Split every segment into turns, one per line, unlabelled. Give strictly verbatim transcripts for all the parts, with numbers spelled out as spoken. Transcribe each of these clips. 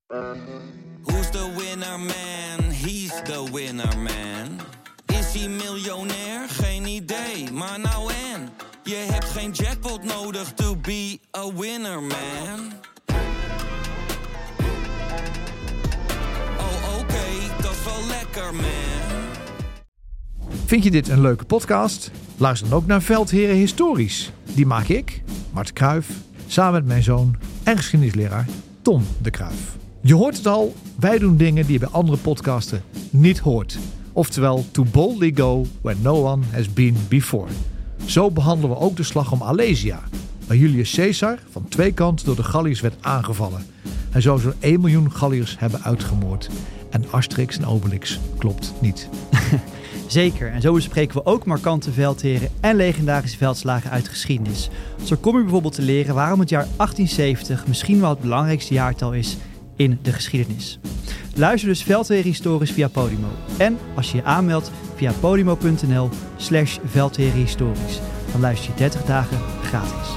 Who's the winner man? He's the winner man. Is hij miljonair? Geen idee, maar nou en. Je hebt geen jackpot nodig to be a winner man. Oh oké, okay, dat is wel lekker man.
Vind je dit een leuke podcast? Luister dan ook naar Veldheren Historisch. Die maak ik, Mart Kruijf, samen met mijn zoon en geschiedenisleraar Tom de Kruijf. Je hoort het al, wij doen dingen die je bij andere podcasten niet hoort. Oftewel, to boldly go where no one has been before. Zo behandelen we ook de slag om Alesia, waar Julius Caesar van twee kanten door de Galliërs werd aangevallen. Hij zou zo'n één miljoen Galliërs hebben uitgemoord. En Asterix en Obelix klopt niet.
Zeker, en zo bespreken we ook markante veldheren en legendarische veldslagen uit de geschiedenis. Zo kom je bijvoorbeeld te leren waarom het jaar achttienzeventig misschien wel het belangrijkste jaartal is in de geschiedenis. Luister dus Veldheren Historisch via Podimo. En als je je aanmeldt via podimo.nl slash Veldheren Historisch. Dan luister je dertig dagen gratis.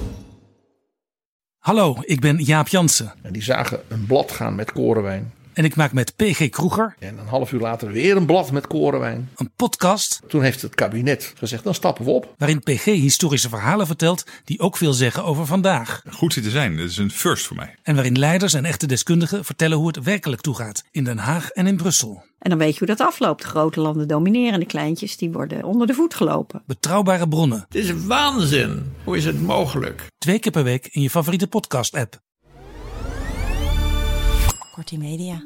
Hallo, ik ben Jaap Jansen.
En die zagen een blad gaan met korenwijn.
En ik maak met P G Kroeger.
En een half uur later weer een blad met korenwijn.
Een podcast.
Toen heeft het kabinet gezegd, dan stappen we op.
Waarin P G historische verhalen vertelt die ook veel zeggen over vandaag.
Goed zit te zijn, dat is een first voor mij.
En waarin leiders en echte deskundigen vertellen hoe het werkelijk toegaat. In Den Haag en in Brussel.
En dan weet je hoe dat afloopt. De grote landen domineren, de kleintjes die worden onder de voet gelopen.
Betrouwbare bronnen.
Het is waanzin. Hoe is het mogelijk?
Twee keer per week in je favoriete podcast app.
Kortie Media.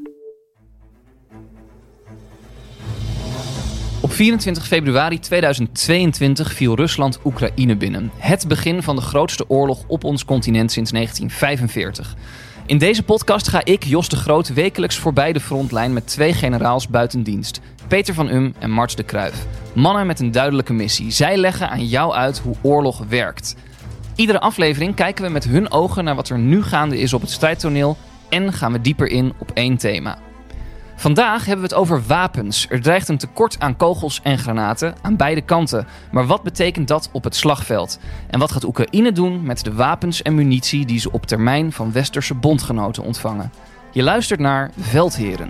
Op vierentwintig februari tweeduizend tweeëntwintig viel Rusland Oekraïne binnen. Het begin van de grootste oorlog op ons continent sinds negentien vijfenveertig. In deze podcast ga ik, Jos de Groot, wekelijks voorbij de frontlijn met twee generaals buiten dienst. Peter van Um en Mart de Kruijf. Mannen met een duidelijke missie. Zij leggen aan jou uit hoe oorlog werkt. Iedere aflevering kijken we met hun ogen naar wat er nu gaande is op het strijdtoneel en gaan we dieper in op één thema. Vandaag hebben we het over wapens. Er dreigt een tekort aan kogels en granaten aan beide kanten. Maar wat betekent dat op het slagveld? En wat gaat Oekraïne doen met de wapens en munitie die ze op termijn van westerse bondgenoten ontvangen? Je luistert naar Veldheren.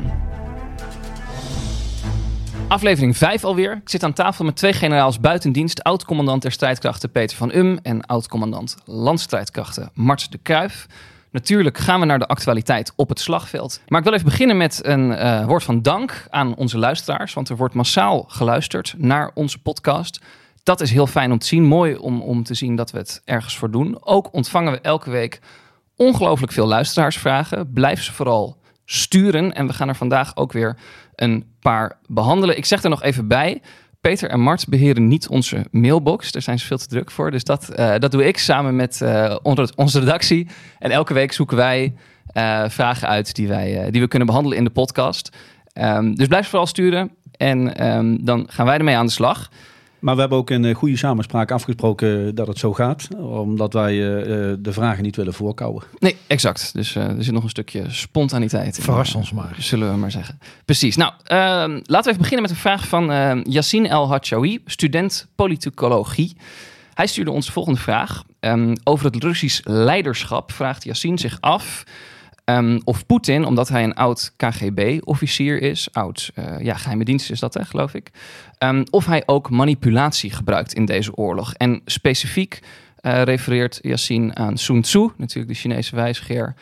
Aflevering vijf alweer. Ik zit aan tafel met twee generaals buiten dienst. Oud-commandant der strijdkrachten Peter van Um en oud-commandant landstrijdkrachten Mart de Kruijf. Natuurlijk gaan we naar de actualiteit op het slagveld. Maar ik wil even beginnen met een uh, woord van dank aan onze luisteraars. Want er wordt massaal geluisterd naar onze podcast. Dat is heel fijn om te zien. Mooi om, om te zien dat we het ergens voor doen. Ook ontvangen we elke week ongelooflijk veel luisteraarsvragen. Blijf ze vooral sturen. En we gaan er vandaag ook weer een paar behandelen. Ik zeg er nog even bij. Peter en Mart beheren niet onze mailbox. Daar zijn ze veel te druk voor. Dus dat, uh, dat doe ik samen met uh, onze redactie. En elke week zoeken wij uh, vragen uit die, wij, uh, die we kunnen behandelen in de podcast. Um, dus blijf vooral sturen. En um, dan gaan wij ermee aan de slag.
Maar we hebben ook een goede samenspraak afgesproken dat het zo gaat. Omdat wij uh, de vragen niet willen voorkouwen.
Nee, exact. Dus uh, er zit nog een stukje spontaniteit in.
Verras ons maar.
Zullen we maar zeggen. Precies. Nou, uh, laten we even beginnen met een vraag van uh, Yassine El Hachaoui, student politicologie. Hij stuurde ons de volgende vraag. Um, over het Russisch leiderschap vraagt Yassine zich af Um, of Poetin, omdat hij een oud K G B-officier is, oud uh, ja, geheime dienst is dat, hè, geloof ik, um, of hij ook manipulatie gebruikt in deze oorlog. En specifiek uh, refereert Yassine aan Sun Tzu, natuurlijk de Chinese wijsgeer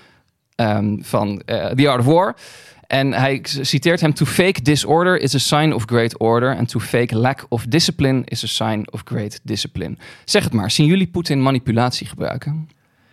um, van uh, The Art of War. En hij citeert hem: "To fake disorder is a sign of great order, and to fake lack of discipline is a sign of great discipline." Zeg het maar, zien jullie Poetin manipulatie gebruiken?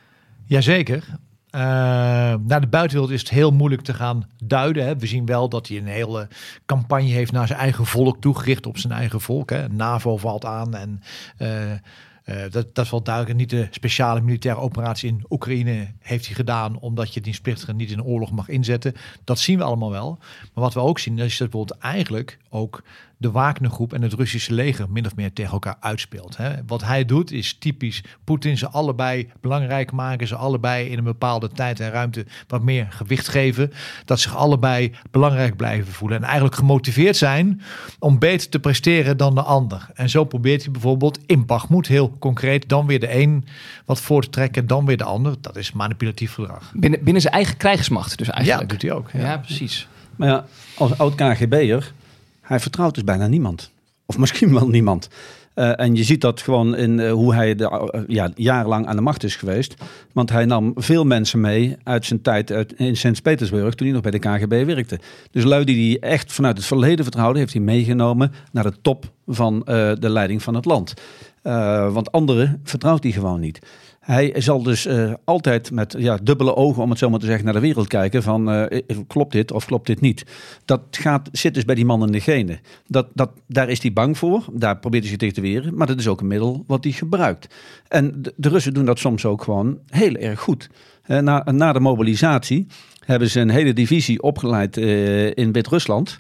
Jazeker. Uh, naar de buitenwereld is het heel moeilijk te gaan duiden. Hè. We zien wel dat hij een hele campagne heeft naar zijn eigen volk toegericht op zijn eigen volk. Hè. NAVO valt aan en uh, uh, dat, dat is wel duidelijk. Niet de speciale militaire operatie in Oekraïne heeft hij gedaan omdat je dienstplichtigen niet in een oorlog mag inzetten. Dat zien we allemaal wel. Maar wat we ook zien is dat bijvoorbeeld eigenlijk ook de Wagnergroep en het Russische leger min of meer tegen elkaar uitspeelt. Hè. Wat hij doet is typisch Poetin, ze allebei belangrijk maken, ze allebei in een bepaalde tijd en ruimte wat meer gewicht geven, dat zich allebei belangrijk blijven voelen en eigenlijk gemotiveerd zijn om beter te presteren dan de ander. En zo probeert hij bijvoorbeeld in Bakhmut heel concreet dan weer de een wat voor te trekken, dan weer de ander. Dat is manipulatief gedrag.
Binnen, binnen zijn eigen krijgsmacht dus eigenlijk.
Ja, dat doet hij ook.
Ja,
Ja,
ja precies.
Maar ja, als oud-K G B'er, hij vertrouwt dus bijna niemand. Of misschien wel niemand. Uh, en je ziet dat gewoon in uh, hoe hij de, uh, ja, jarenlang aan de macht is geweest. Want hij nam veel mensen mee uit zijn tijd uit, in Sint-Petersburg toen hij nog bij de K G B werkte. Dus lui die hij echt vanuit het verleden vertrouwde, heeft hij meegenomen naar de top van uh, de leiding van het land. Uh, want anderen vertrouwt hij gewoon niet. Hij zal dus uh, altijd met ja, dubbele ogen, om het zo maar te zeggen, naar de wereld kijken van uh, klopt dit of klopt dit niet. Dat gaat, zit dus bij die man in de genen. Dat, dat, daar is hij bang voor, daar probeert hij zich tegen te weren, maar dat is ook een middel wat hij gebruikt. En de, de Russen doen dat soms ook gewoon heel erg goed. Uh, na, na de mobilisatie hebben ze een hele divisie opgeleid uh, in Wit-Rusland.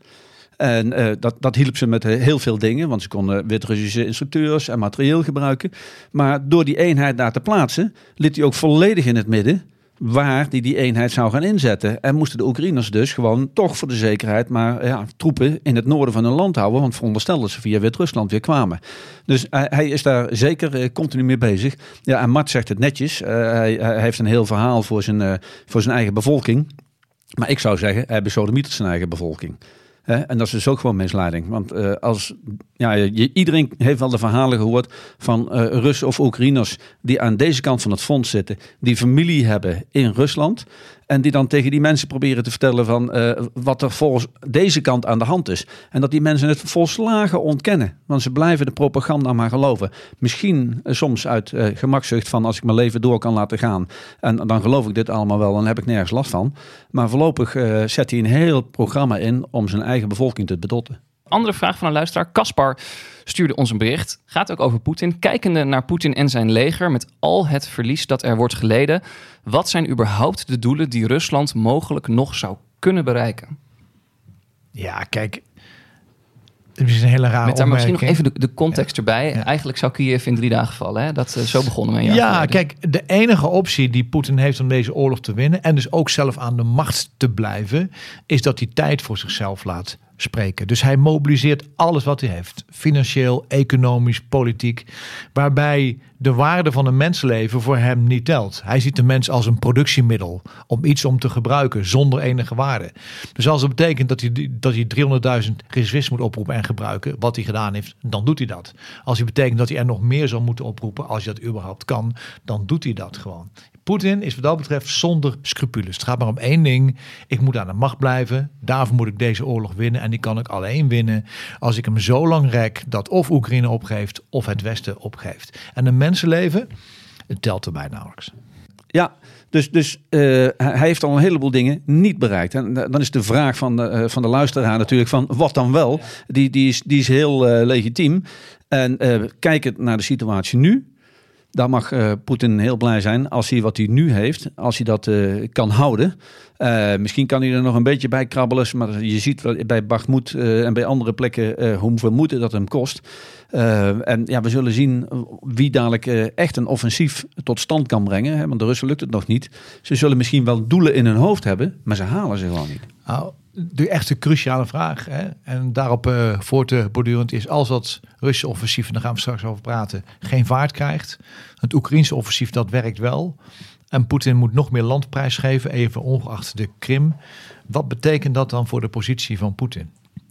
En uh, dat, dat hielp ze met uh, heel veel dingen, want ze konden Wit-Russische instructeurs en materieel gebruiken. Maar door die eenheid daar te plaatsen, liet hij ook volledig in het midden waar die die eenheid zou gaan inzetten. En moesten de Oekraïners dus gewoon toch voor de zekerheid maar ja, troepen in het noorden van hun land houden, want veronderstel dat ze via Wit-Rusland weer kwamen. Dus uh, hij is daar zeker uh, continu mee bezig. Ja, en Mart zegt het netjes. Uh, hij, hij heeft een heel verhaal voor zijn, uh, voor zijn eigen bevolking. Maar ik zou zeggen, hij besodemietert zijn eigen bevolking. He, en dat is dus ook gewoon misleiding. Want uh, als, ja, je, iedereen heeft wel de verhalen gehoord van uh, Russen of Oekraïners die aan deze kant van het front zitten, die familie hebben in Rusland en die dan tegen die mensen proberen te vertellen van uh, wat er volgens deze kant aan de hand is. En dat die mensen het volslagen ontkennen. Want ze blijven de propaganda maar geloven. Misschien uh, soms uit uh, gemakzucht van als ik mijn leven door kan laten gaan en dan geloof ik dit allemaal wel, dan heb ik nergens last van. Maar voorlopig uh, zet hij een heel programma in om zijn eigen bevolking te bedotten.
Andere vraag van een luisteraar. Kaspar stuurde ons een bericht. Gaat ook over Poetin. Kijkende naar Poetin en zijn leger met al het verlies dat er wordt geleden. Wat zijn überhaupt de doelen die Rusland mogelijk nog zou kunnen bereiken?
Ja, kijk. Het is een hele rare
Met daar misschien nog
opmerking.
even de, de context
Ja.
erbij.
Ja.
Eigenlijk zou Kiev in drie dagen vallen. Hè? Dat, uh, zo begonnen we een jaar
Ja,
geleden.
kijk, de enige optie die Poetin heeft om deze oorlog te winnen en dus ook zelf aan de macht te blijven, is dat hij tijd voor zichzelf laat spreken. Dus hij mobiliseert alles wat hij heeft. Financieel, economisch, politiek. Waarbij de waarde van een mensenleven voor hem niet telt. Hij ziet de mens als een productiemiddel. Om iets om te gebruiken zonder enige waarde. Dus als het betekent dat hij, dat hij driehonderdduizend reservisten moet oproepen en gebruiken. Wat hij gedaan heeft, dan doet hij dat. Als het betekent dat hij er nog meer zal moeten oproepen. Als je dat überhaupt kan, dan doet hij dat gewoon. Poetin is wat dat betreft zonder scrupules. Het gaat maar om één ding. Ik moet aan de macht blijven. Daarvoor moet ik deze oorlog winnen. En die kan ik alleen winnen als ik hem zo lang rek dat of Oekraïne opgeeft of het Westen opgeeft. En een mensenleven, het telt erbij nauwelijks.
Ja, dus, dus uh, hij heeft al een heleboel dingen niet bereikt. En dan is de vraag van de, uh, van de luisteraar natuurlijk van wat dan wel? Die, die, is, die is heel uh, legitiem. En uh, kijkend naar de situatie nu, daar mag uh, Poetin heel blij zijn als hij wat hij nu heeft, als hij dat uh, kan houden. Uh, misschien kan hij er nog een beetje bij krabbelen, maar je ziet bij Bakhmut uh, en bij andere plekken uh, hoeveel moeite dat hem kost. Uh, en ja, we zullen zien wie dadelijk uh, echt een offensief tot stand kan brengen. Hè, want de Russen lukt het nog niet. Ze zullen misschien wel doelen in hun hoofd hebben, maar ze halen ze gewoon niet.
Nou, de echte cruciale vraag, hè, en daarop uh, voort te bordurend is, als dat Russische offensief, en daar gaan we straks over praten, geen vaart krijgt. Het Oekraïense offensief, dat werkt wel. En Poetin moet nog meer land prijsgeven, even ongeacht de Krim. Wat betekent dat dan voor de positie van Poetin?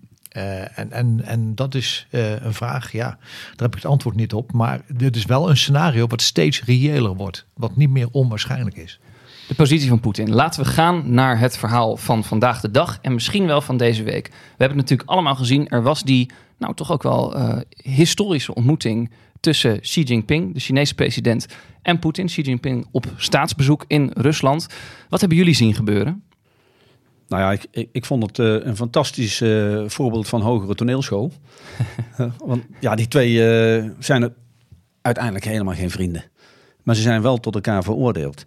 Uh, en, en, en dat is uh, een vraag, ja, daar heb ik het antwoord niet op. Maar dit is wel een scenario wat steeds reëler wordt, wat niet meer onwaarschijnlijk is.
De positie van Poetin. Laten we gaan naar het verhaal van vandaag de dag en misschien wel van deze week. We hebben het natuurlijk allemaal gezien. Er was die, nou toch ook wel uh, historische ontmoeting tussen Xi Jinping, de Chinese president, en Poetin. Xi Jinping op staatsbezoek in Rusland. Wat hebben jullie zien gebeuren?
Nou ja, ik, ik, ik vond het uh, een fantastisch uh, voorbeeld van hogere toneelschool. uh, want ja, die twee uh, zijn er uiteindelijk helemaal geen vrienden. Maar ze zijn wel tot elkaar veroordeeld.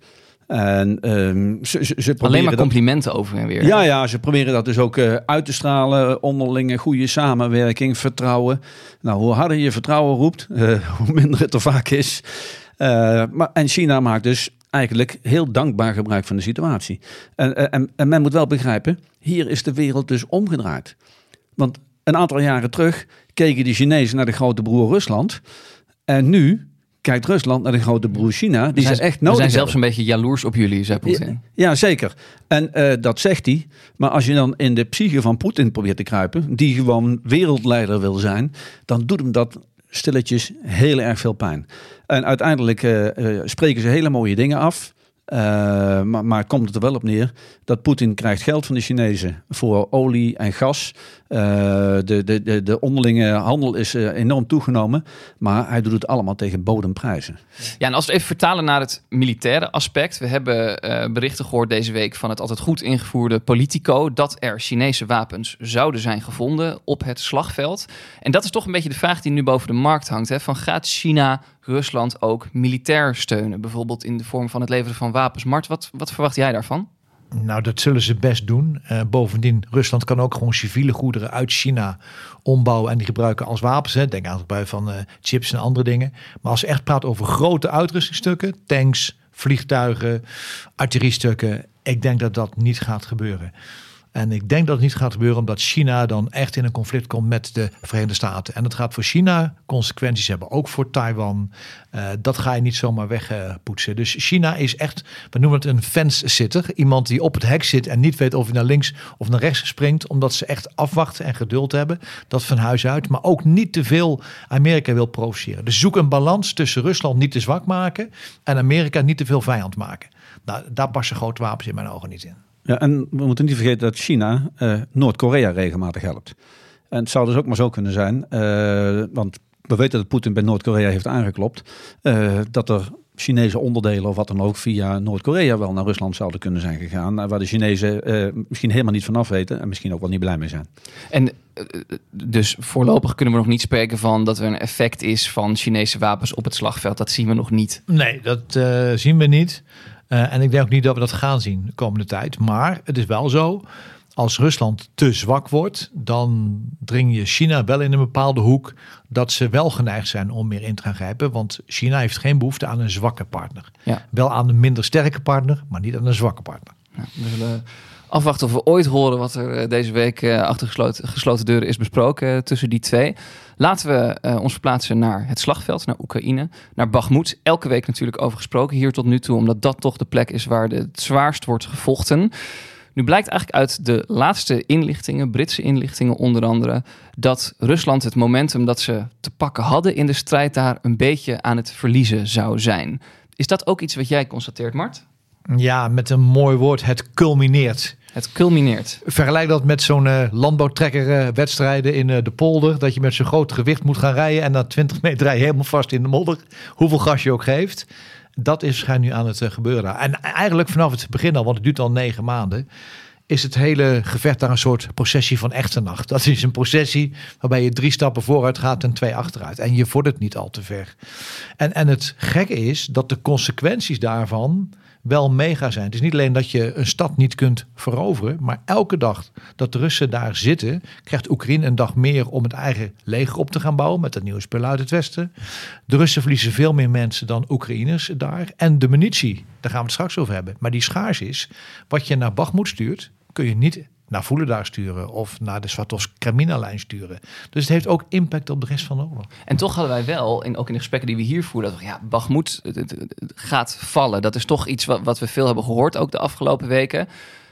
En um, ze, ze, ze
Alleen maar
dat,
complimenten over en weer.
Ja, ja, ze proberen dat dus ook uh, uit te stralen. Onderlinge goede samenwerking, vertrouwen. Nou, hoe harder je vertrouwen roept, uh, hoe minder het er vaak is. Uh, maar, en China maakt dus eigenlijk heel dankbaar gebruik van de situatie. En, en, en men moet wel begrijpen, hier is de wereld dus omgedraaid. Want een aantal jaren terug keken de Chinezen naar de grote broer Rusland. En nu kijkt Rusland naar de grote broer China. Die
zijn,
ze echt nodig
We zijn zelfs
hebben.
een beetje jaloers op jullie, zei Poetin.
Ja, ja, zeker. En uh, dat zegt hij. Maar als je dan in de psyche van Poetin probeert te kruipen, die gewoon wereldleider wil zijn, dan doet hem dat stilletjes heel erg veel pijn. En uiteindelijk uh, uh, spreken ze hele mooie dingen af. Uh, maar, maar komt het er wel op neer dat Poetin krijgt geld van de Chinezen voor olie en gas. Uh, de, de, de, de onderlinge handel is uh, enorm toegenomen, maar hij doet het allemaal tegen bodemprijzen.
Ja, en als we even vertalen naar het militaire aspect. We hebben uh, berichten gehoord deze week van het altijd goed ingevoerde Politico dat er Chinese wapens zouden zijn gevonden op het slagveld. En dat is toch een beetje de vraag die nu boven de markt hangt. Hè? Van gaat China Rusland ook militair steunen? Bijvoorbeeld in de vorm van het leveren van wapens. Mart, wat, wat verwacht jij daarvan?
Nou, dat zullen ze best doen. Uh, bovendien, Rusland kan ook gewoon civiele goederen uit China ombouwen en die gebruiken als wapens. Hè. Denk aan het gebruik van uh, chips en andere dingen. Maar als ze echt praten over grote uitrustingstukken, tanks, vliegtuigen, artilleriestukken, ik denk dat dat niet gaat gebeuren. En ik denk dat het niet gaat gebeuren omdat China dan echt in een conflict komt met de Verenigde Staten. En dat gaat voor China consequenties hebben, ook voor Taiwan. Uh, dat ga je niet zomaar wegpoetsen. Uh, dus China is echt, we noemen het een fence-sitter. Iemand die op het hek zit en niet weet of hij naar links of naar rechts springt. Omdat ze echt afwachten en geduld hebben. Dat van huis uit. Maar ook niet te veel Amerika wil provoceren. Dus zoek een balans tussen Rusland niet te zwak maken en Amerika niet te veel vijand maken. Nou, daar passen grote wapens in mijn ogen niet in.
Ja, en we moeten niet vergeten dat China uh, Noord-Korea regelmatig helpt. En het zou dus ook maar zo kunnen zijn, uh, want we weten dat Poetin bij Noord-Korea heeft aangeklopt, uh, dat er Chinese onderdelen of wat dan ook via Noord-Korea wel naar Rusland zouden kunnen zijn gegaan. Waar de Chinezen uh, misschien helemaal niet vanaf weten en misschien ook wel niet blij mee zijn.
En uh, dus voorlopig kunnen we nog niet spreken van dat er een effect is van Chinese wapens op het slagveld. Dat zien we nog niet.
Nee, dat uh, zien we niet. Uh, en ik denk ook niet dat we dat gaan zien de komende tijd. Maar het is wel zo, als Rusland te zwak wordt, dan dring je China wel in een bepaalde hoek dat ze wel geneigd zijn om meer in te gaan grijpen. Want China heeft geen behoefte aan een zwakke partner. Ja. Wel aan een minder sterke partner, maar niet aan een zwakke partner.
Ja, we zullen afwachten of we ooit horen wat er deze week uh, achter gesloten, gesloten deuren is besproken uh, tussen die twee. Laten we uh, ons verplaatsen naar het slagveld, naar Oekraïne, naar Bakhmut. Elke week natuurlijk over gesproken hier tot nu toe, omdat dat toch de plek is waar het zwaarst wordt gevochten. Nu blijkt eigenlijk uit de laatste inlichtingen, Britse inlichtingen onder andere, dat Rusland het momentum dat ze te pakken hadden in de strijd daar een beetje aan het verliezen zou zijn. Is dat ook iets wat jij constateert, Mart?
Ja, met een mooi woord, het culmineert.
Het culmineert.
Vergelijk dat met zo'n uh, landbouwtrekkerwedstrijden uh, in uh, de polder. Dat je met zo'n groot gewicht moet gaan rijden en na twintig meter rij je helemaal vast in de modder. Hoeveel gas je ook geeft. Dat is schijnt nu aan het uh, gebeuren. En eigenlijk vanaf het begin al, want het duurt al negen maanden, is het hele gevecht daar een soort processie van echternacht. Dat is een processie waarbij je drie stappen vooruit gaat en twee achteruit. En je vordert niet al te ver. En, en het gekke is dat de consequenties daarvan wel mega zijn. Het is niet alleen dat je een stad niet kunt veroveren, maar elke dag dat de Russen daar zitten, krijgt Oekraïne een dag meer om het eigen leger op te gaan bouwen met het nieuwe spul uit het westen. De Russen verliezen veel meer mensen dan Oekraïners daar. En de munitie, daar gaan we het straks over hebben, maar die schaars is, wat je naar Bakhmut stuurt, kun je niet naar Vuhledar sturen of naar de Svatovsk-Kremina-lijn sturen. Dus het heeft ook impact op de rest van de oorlog.
En toch hadden wij wel, in, ook in de gesprekken die we hier voeren, dat we, ja, Bakhmut gaat vallen. Dat is toch iets wat, wat we veel hebben gehoord, ook de afgelopen weken.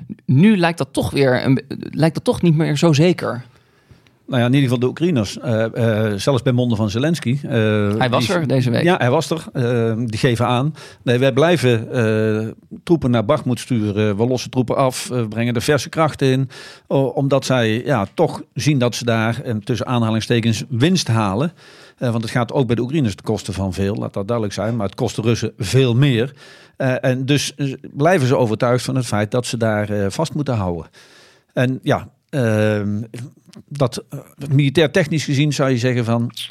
Nu lijkt dat toch weer, een, lijkt dat toch niet meer zo zeker.
Nou ja, in ieder geval de Oekraïners. Uh, uh, zelfs bij monden van Zelensky. Uh,
hij was
die,
er deze week.
Ja, hij was er. Uh, die geven aan. Nee, wij blijven uh, troepen naar Bakhmut sturen. We lossen troepen af. We brengen de verse krachten in. Uh, omdat zij ja, toch zien dat ze daar uh, tussen aanhalingstekens winst halen. Uh, want het gaat ook bij de Oekraïners ten koste van veel. Laat dat duidelijk zijn. Maar het kost de Russen veel meer. Uh, en dus uh, blijven ze overtuigd van het feit dat ze daar uh, vast moeten houden. En ja... Uh, dat uh, militair technisch gezien zou je zeggen van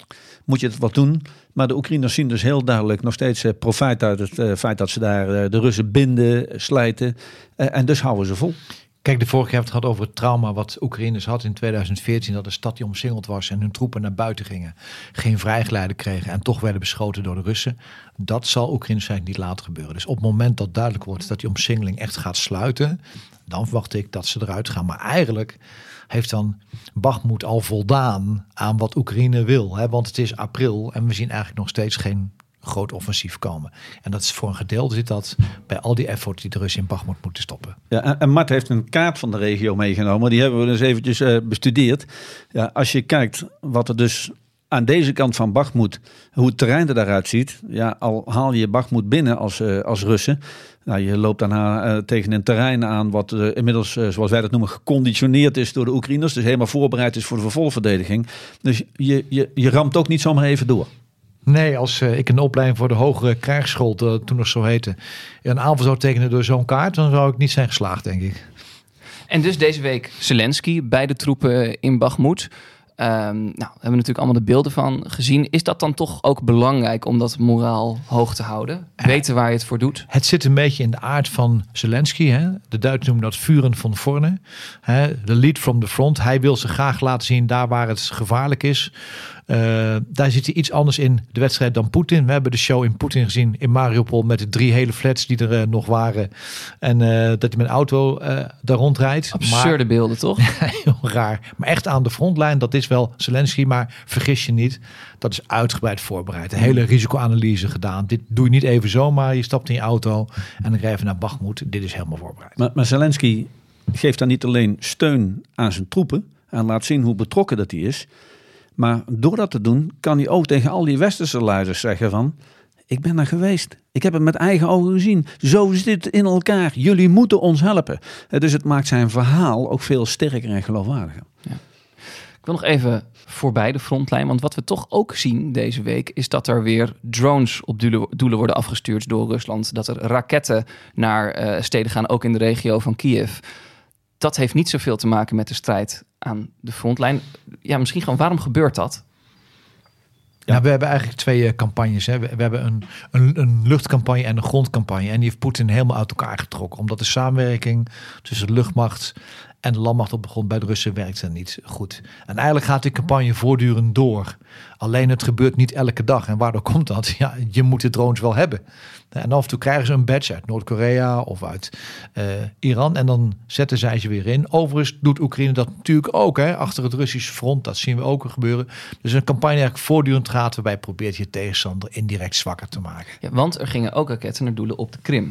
moet je het wat doen. Maar de Oekraïners zien dus heel duidelijk nog steeds uh, profijt uit het uh, feit dat ze daar uh, de Russen binden, slijten. Uh, en dus houden ze vol.
Kijk, de vorige keer hebben we het gehad over het trauma wat Oekraïners had in tweeduizend veertien. Dat de stad die omsingeld was en hun troepen naar buiten gingen. Geen vrijgeleide kregen en toch werden beschoten door de Russen. Dat zal Oekraïners eigenlijk niet laten gebeuren. Dus op het moment dat duidelijk wordt dat die omsingeling echt gaat sluiten, dan verwacht ik dat ze eruit gaan. Maar eigenlijk heeft dan Bakhmut al voldaan aan wat Oekraïne wil. Hè? Want het is april en we zien eigenlijk nog steeds geen groot offensief komen. En dat is voor een gedeelte zit dat bij al die effort die de Russen in Bakhmut moeten stoppen.
Ja, en, en Mart heeft een kaart van de regio meegenomen. Die hebben we dus eventjes uh, bestudeerd. Ja, als je kijkt wat er dus aan deze kant van Bakhmut, hoe het terrein er daaruit ziet. Ja, al haal je Bakhmut binnen als, uh, als Russen. Nou, je loopt daarna uh, tegen een terrein aan wat uh, inmiddels, uh, zoals wij dat noemen, geconditioneerd is door de Oekraïners. Dus helemaal voorbereid is voor de vervolgverdediging. Dus je, je, je ramt ook niet zomaar even door.
Nee, als uh, ik een opleiding voor de hogere krijgsschool, uh, toen nog zo heette, een aanval zou tekenen door zo'n kaart, dan zou ik niet zijn geslaagd, denk ik.
En dus deze week Zelensky bij de troepen in Bakhmut. Um, nou, we hebben natuurlijk allemaal de beelden van gezien. Is dat dan toch ook belangrijk om dat moraal hoog te houden? Weten waar je het voor doet?
Het zit een beetje in de aard van Zelensky. Hè? De Duitsers noemen dat vuren van vorne. De lead from the front. Hij wil ze graag laten zien daar waar het gevaarlijk is. Uh, daar zit hij iets anders in de wedstrijd dan Poetin. We hebben de show in Poetin gezien in Mariupol met de drie hele flats die er uh, nog waren. En uh, dat hij met een auto uh, daar rondrijdt.
Absurde maar, beelden, toch?
Heel raar. Maar echt aan de frontlijn, dat is wel Zelensky. Maar vergis je niet, dat is uitgebreid voorbereid. Een hele risicoanalyse gedaan. Dit doe je niet even zomaar. Je stapt in je auto en dan rij je naar Bakhmut. Dit is helemaal voorbereid.
Maar, maar Zelensky geeft dan niet alleen steun aan zijn troepen en laat zien hoe betrokken dat hij is. Maar door dat te doen, kan hij ook tegen al die westerse leiders zeggen van, ik ben daar geweest. Ik heb het met eigen ogen gezien. Zo zit het in elkaar. Jullie moeten ons helpen. Dus het maakt zijn verhaal ook veel sterker en geloofwaardiger.
Ja. Ik wil nog even voorbij de frontlijn. Want wat we toch ook zien deze week is dat er weer drones op doelen, doelen worden afgestuurd door Rusland. Dat er raketten naar uh, steden gaan, ook in de regio van Kiev. Dat heeft niet zoveel te maken met de strijd aan de frontlijn. Ja, misschien gewoon, waarom gebeurt dat?
Ja, nou, we hebben eigenlijk twee uh, campagnes. Hè. We, we hebben een, een, een luchtcampagne en een grondcampagne. En die heeft Poetin helemaal uit elkaar getrokken. Omdat de samenwerking tussen de luchtmacht en de landmacht op de grond bij de Russen werkte niet goed. En eigenlijk gaat die campagne voortdurend door. Alleen het gebeurt niet elke dag. En waardoor komt dat? Ja, je moet de drones wel hebben. En af en toe krijgen ze een badge uit Noord-Korea of uit uh, Iran. En dan zetten zij ze weer in. Overigens doet Oekraïne dat natuurlijk ook. Hè, achter het Russische front. Dat zien we ook gebeuren. Dus een campagne eigenlijk voortdurend gaat waarbij je probeert je tegenstander indirect zwakker te maken.
Ja, want er gingen ook raketten naar doelen op de Krim.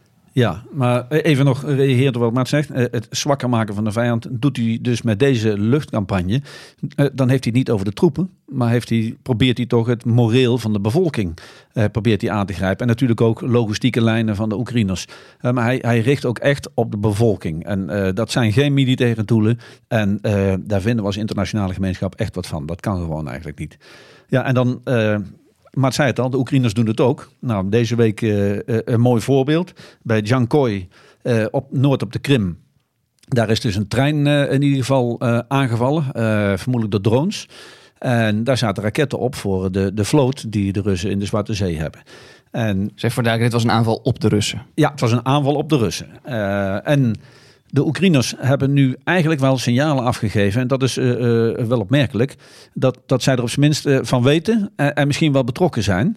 Ja, maar even nog reageert op wat Maat zegt. Het zwakker maken van de vijand doet hij dus met deze luchtcampagne. Dan heeft hij het niet over de troepen, maar heeft hij, probeert hij toch het moreel van de bevolking eh, probeert hij aan te grijpen. En natuurlijk ook logistieke lijnen van de Oekraïners. Uh, maar hij, hij richt ook echt op de bevolking. En uh, dat zijn geen militaire doelen. En uh, daar vinden we als internationale gemeenschap echt wat van. Dat kan gewoon eigenlijk niet. Ja, en dan... Uh, Maar het zei het al, de Oekraïners doen het ook. Nou, deze week uh, uh, een mooi voorbeeld. Bij Jankoy, uh, op noord op de Krim. Daar is dus een trein uh, in ieder geval uh, aangevallen. Uh, vermoedelijk door drones. En daar zaten raketten op voor de, de vloot die de Russen in de Zwarte Zee hebben. En,
zeg voor duidelijk, dit was een aanval op de Russen.
Ja, het was een aanval op de Russen. Uh, en... De Oekraïners hebben nu eigenlijk wel signalen afgegeven. En dat is uh, uh, wel opmerkelijk. Dat, dat zij er op zijn minst uh, van weten. Uh, en misschien wel betrokken zijn.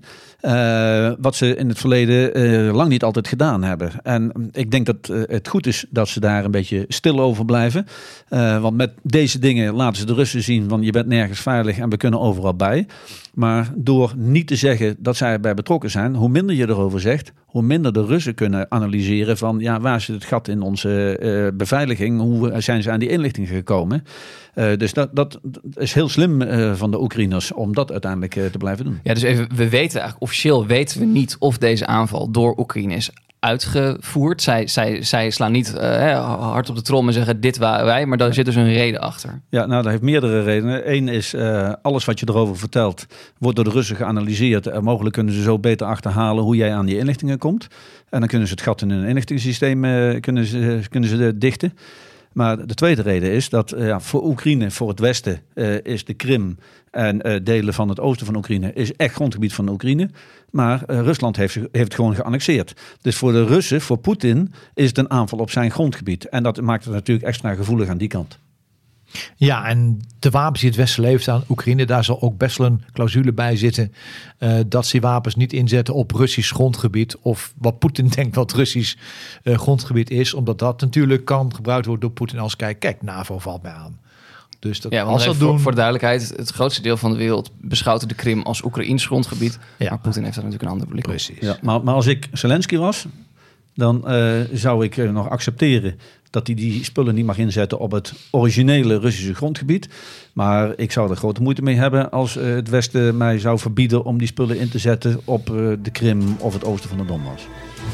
Uh, wat ze in het verleden uh, lang niet altijd gedaan hebben. En ik denk dat uh, het goed is dat ze daar een beetje stil over blijven. Uh, want met deze dingen laten ze de Russen zien van je bent nergens veilig en we kunnen overal bij. Maar door niet te zeggen dat zij erbij betrokken zijn, hoe minder je erover zegt, hoe minder de Russen kunnen analyseren van ja, waar zit het gat in onze uh, beveiliging? Hoe zijn ze aan die inlichtingen gekomen? Uh, dus dat, dat is heel slim uh, van de Oekraïners om dat uiteindelijk uh, te blijven doen.
Ja, dus even, we weten eigenlijk officieel weten we niet of deze aanval door Oekraïne is uitgevoerd. Zij, zij, zij slaan niet uh, hard op de trom en zeggen dit waren wij, maar daar zit dus een reden achter.
Ja, nou, dat heeft meerdere redenen. Eén is uh, alles wat je erover vertelt wordt door de Russen geanalyseerd. En mogelijk kunnen ze zo beter achterhalen hoe jij aan die inlichtingen komt. En dan kunnen ze het gat in hun inlichtingensysteem uh, kunnen ze, kunnen ze dichten. Maar de tweede reden is dat uh, ja, voor Oekraïne, voor het westen, uh, is de Krim en uh, delen van het oosten van Oekraïne is echt grondgebied van Oekraïne. Maar uh, Rusland heeft, heeft het gewoon geannexeerd. Dus voor de Russen, voor Poetin, is het een aanval op zijn grondgebied. En dat maakt het natuurlijk extra gevoelig aan die kant.
Ja, en de wapens die het Westen levert aan Oekraïne, daar zal ook best wel een clausule bij zitten. Uh, dat ze die wapens niet inzetten op Russisch grondgebied. Of wat Poetin denkt wat Russisch uh, grondgebied is. Omdat dat natuurlijk kan gebruikt worden door Poetin als kijk, kijk, NAVO valt mij aan. Dus dat,
ja, want
als dat
voor,
doen...
voor de duidelijkheid, het grootste deel van de wereld beschouwt de Krim als Oekraïns grondgebied. Ja. Maar Poetin heeft daar natuurlijk een andere blik op.
Precies.
Ja, maar, maar als ik Zelensky was, dan uh, zou ik uh, nog accepteren dat hij die spullen niet mag inzetten op het originele Russische grondgebied. Maar ik zou er grote moeite mee hebben als uh, het Westen mij zou verbieden om die spullen in te zetten op uh, de Krim of het oosten van de Donbass.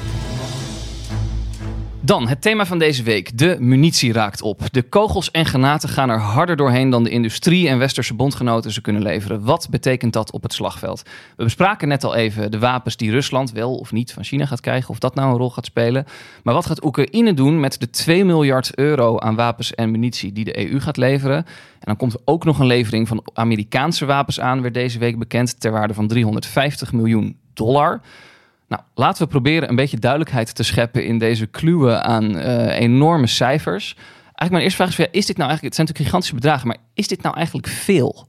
Dan het thema van deze week. De munitie raakt op. De kogels en granaten gaan er harder doorheen dan de industrie en westerse bondgenoten ze kunnen leveren. Wat betekent dat op het slagveld? We bespraken net al even de wapens die Rusland wel of niet van China gaat krijgen. Of dat nou een rol gaat spelen. Maar wat gaat Oekraïne doen met de twee miljard euro aan wapens en munitie die de E U gaat leveren? En dan komt er ook nog een levering van Amerikaanse wapens aan, werd deze week bekend, ter waarde van driehonderdvijftig miljoen dollar. Nou, laten we proberen een beetje duidelijkheid te scheppen in deze kluwen aan uh, enorme cijfers. Eigenlijk mijn eerste vraag is, ja, is dit nou eigenlijk, het zijn natuurlijk gigantische bedragen, maar is dit nou eigenlijk veel?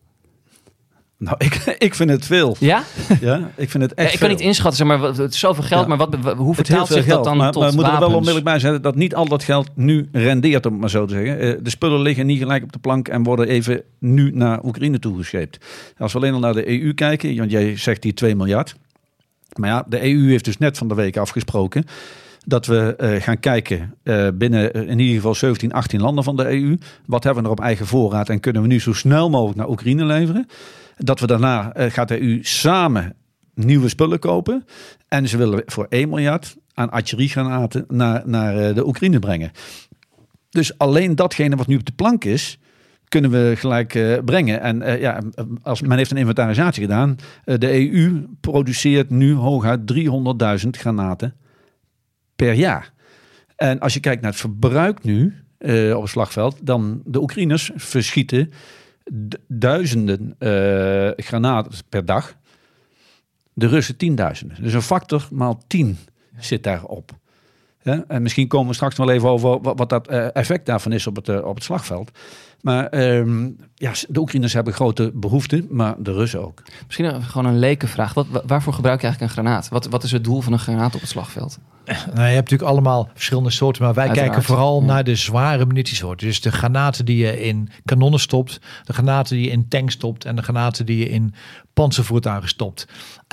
Nou, ik, ik vind het veel.
Ja?
Ja, ik vind het echt
ja, ik kan
veel.
niet inschatten, zeg maar, het is zoveel geld, ja. maar wat, hoe vertaalt zich
geld,
dat dan
maar,
tot
maar we moeten er wel
wapens?
onmiddellijk bij zeggen dat niet al dat geld nu rendeert, om het maar zo te zeggen. De spullen liggen niet gelijk op de plank en worden even nu naar Oekraïne toegescheept. Als we alleen al naar de E U kijken, want jij zegt die twee miljard. Maar ja, de E U heeft dus net van de week afgesproken dat we uh, gaan kijken uh, binnen uh, in ieder geval zeventien, achttien landen van de E U. Wat hebben we er op eigen voorraad en kunnen we nu zo snel mogelijk naar Oekraïne leveren? Dat we daarna uh, gaat de E U samen nieuwe spullen kopen. En ze willen voor één miljard aan artilleriegranaten naar, naar uh, de Oekraïne brengen. Dus alleen datgene wat nu op de plank is, kunnen we gelijk uh, brengen. En uh, ja, als men heeft een inventarisatie gedaan. Uh, de E U produceert nu hooguit driehonderdduizend granaten per jaar. En als je kijkt naar het verbruik nu uh, op het slagveld, dan de Oekraïners verschieten d- duizenden uh, granaten per dag. De Russen tienduizenden. Dus een factor maal tien zit daarop. Ja, en misschien komen we straks wel even over wat, wat dat uh, effect daarvan is op het, uh, op het slagveld. Maar um, ja, de Oekraïners hebben grote behoeften, maar de Russen ook.
Misschien gewoon een lekenvraag. Wat, waarvoor gebruik je eigenlijk een granaat? Wat, wat is het doel van een granaat op het slagveld?
Nou, je hebt natuurlijk allemaal verschillende soorten, maar wij
Uiteraard.
kijken vooral
ja.
naar de zware munitiesoorten. Dus de granaten die je in kanonnen stopt, de granaten die je in tanks stopt en de granaten die je in panzervoertuigen stopt.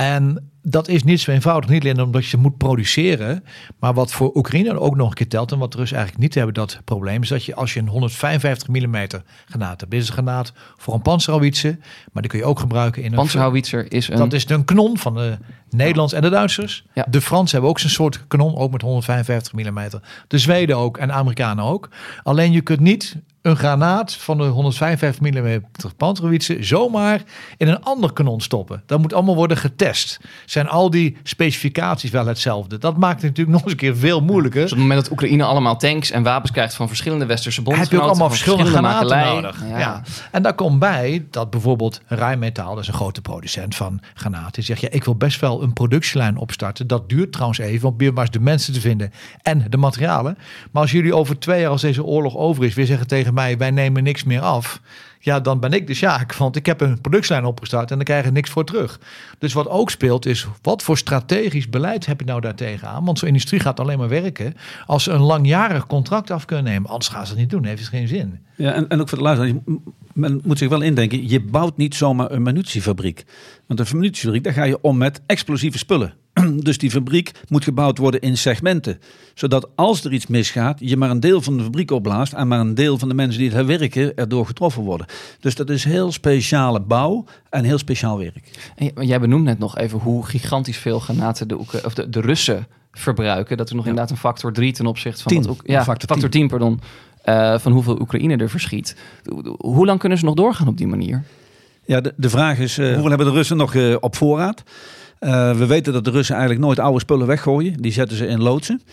En dat is niet zo eenvoudig, niet alleen omdat je moet produceren, maar wat voor Oekraïne ook nog een keer telt en wat de Russen eigenlijk niet hebben, dat probleem is dat je als je een honderdvijfenvijftig millimeter granaat hebt, dit is een granaat voor een panzerhouwitser, maar die kun je ook gebruiken in een
panzerhouwitser is een
dat is een kanon van de Nederlanders en de Duitsers.
Ja.
De Fransen hebben ook zo'n soort kanon, ook met honderdvijfenvijftig millimeter. De Zweden ook en de Amerikanen ook. Alleen je kunt niet een granaat van de honderdvijfenvijftig millimeter panzerhouwitser zomaar in een ander kanon stoppen. Dat moet allemaal worden getest. Zijn al die specificaties wel hetzelfde? Dat maakt het natuurlijk nog eens een keer veel moeilijker.
Dus op het moment dat Oekraïne allemaal tanks en wapens krijgt van verschillende westerse bondgenoten,
heb je ook allemaal
van
verschillende granaten
makelij.
nodig.
Ja.
Ja. En daar komt bij dat bijvoorbeeld Rijnmetaal, dat is een grote producent van granaten, die zegt ja, ik wil best wel een productielijn opstarten. Dat duurt trouwens even, om maar de mensen te vinden en de materialen. Maar als jullie over twee jaar, als deze oorlog over is, weer zeggen tegen mij, wij nemen niks meer af. Ja, dan ben ik de Sjaak, want ik heb een productielijn opgestart en dan krijg je niks voor terug. Dus wat ook speelt is, wat voor strategisch beleid heb je nou daartegen aan? Want zo'n industrie gaat alleen maar werken als ze een langjarig contract af kunnen nemen. Anders gaan ze het niet doen, heeft het geen zin.
Ja, en, en ook voor de luisteraar, men moet zich wel indenken, je bouwt niet zomaar een munitiefabriek. Want een munitiefabriek, daar ga je om met explosieve spullen. Dus die fabriek moet gebouwd worden in segmenten. Zodat als er iets misgaat, je maar een deel van de fabriek opblaast en maar een deel van de mensen die het herwerken erdoor getroffen worden. Dus dat is heel speciale bouw en heel speciaal werk.
En jij benoemt net nog even hoe gigantisch veel granaten de, Oekra- of de, de Russen verbruiken. Dat er nog ja. inderdaad een factor drie ten opzichte van...
tien,
wat ook, ja,
factor,
factor tien, pardon, uh, van hoeveel Oekraïne er verschiet. Hoe lang kunnen ze nog doorgaan op die manier?
Ja, de, de vraag is, uh, hoeveel hebben de Russen nog uh, op voorraad? Uh, we weten dat de Russen eigenlijk nooit oude spullen weggooien. Die zetten ze in loodsen.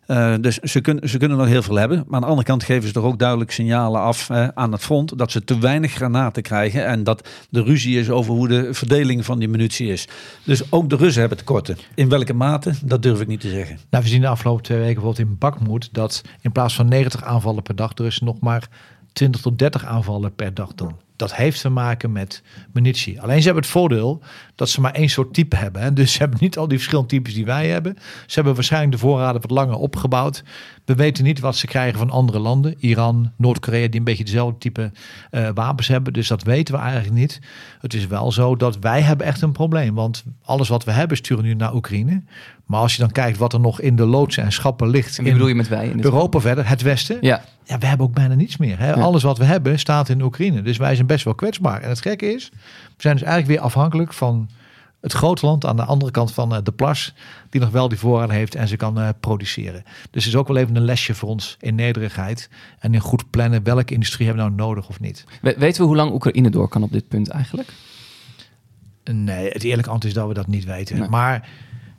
Uh, dus ze, kun, ze kunnen nog heel veel hebben. Maar aan de andere kant geven ze toch ook duidelijk signalen af uh, aan het front dat ze te weinig granaten krijgen. En dat de ruzie is over hoe de verdeling van die munitie is. Dus ook de Russen hebben tekorten. In welke mate, dat durf ik niet te zeggen.
Nou, we zien de afgelopen twee weken bijvoorbeeld in Bakhmut dat in plaats van negentig aanvallen per dag de Russen nog maar twintig tot dertig aanvallen per dag doen. Dat heeft te maken met munitie. Alleen ze hebben het voordeel dat ze maar één soort type hebben. Hè? Dus ze hebben niet al die verschillende types die wij hebben. Ze hebben waarschijnlijk de voorraden wat langer opgebouwd. We weten niet wat ze krijgen van andere landen. Iran, Noord-Korea, die een beetje dezelfde type uh, wapens hebben. Dus dat weten we eigenlijk niet. Het is wel zo dat wij hebben echt een probleem. Want alles wat we hebben sturen nu naar Oekraïne. Maar als je dan kijkt wat er nog in de loodsen en schappen ligt.
En wie bedoel je met wij? In
Europa verder, het Westen. Ja. Ja, we hebben ook bijna niets meer. Hè? Ja. Alles wat we hebben staat in Oekraïne. Dus wij zijn best wel kwetsbaar. En het gekke is, we zijn dus eigenlijk weer afhankelijk van het grote land aan de andere kant van uh, de plas, die nog wel die voorraden heeft en ze kan uh, produceren. Dus het is ook wel even een lesje voor ons in nederigheid en in goed plannen welke industrie hebben we nou nodig of niet.
We, weten we hoe lang Oekraïne door kan op dit punt eigenlijk?
Nee, het eerlijke antwoord is dat we dat niet weten.
Nee.
Maar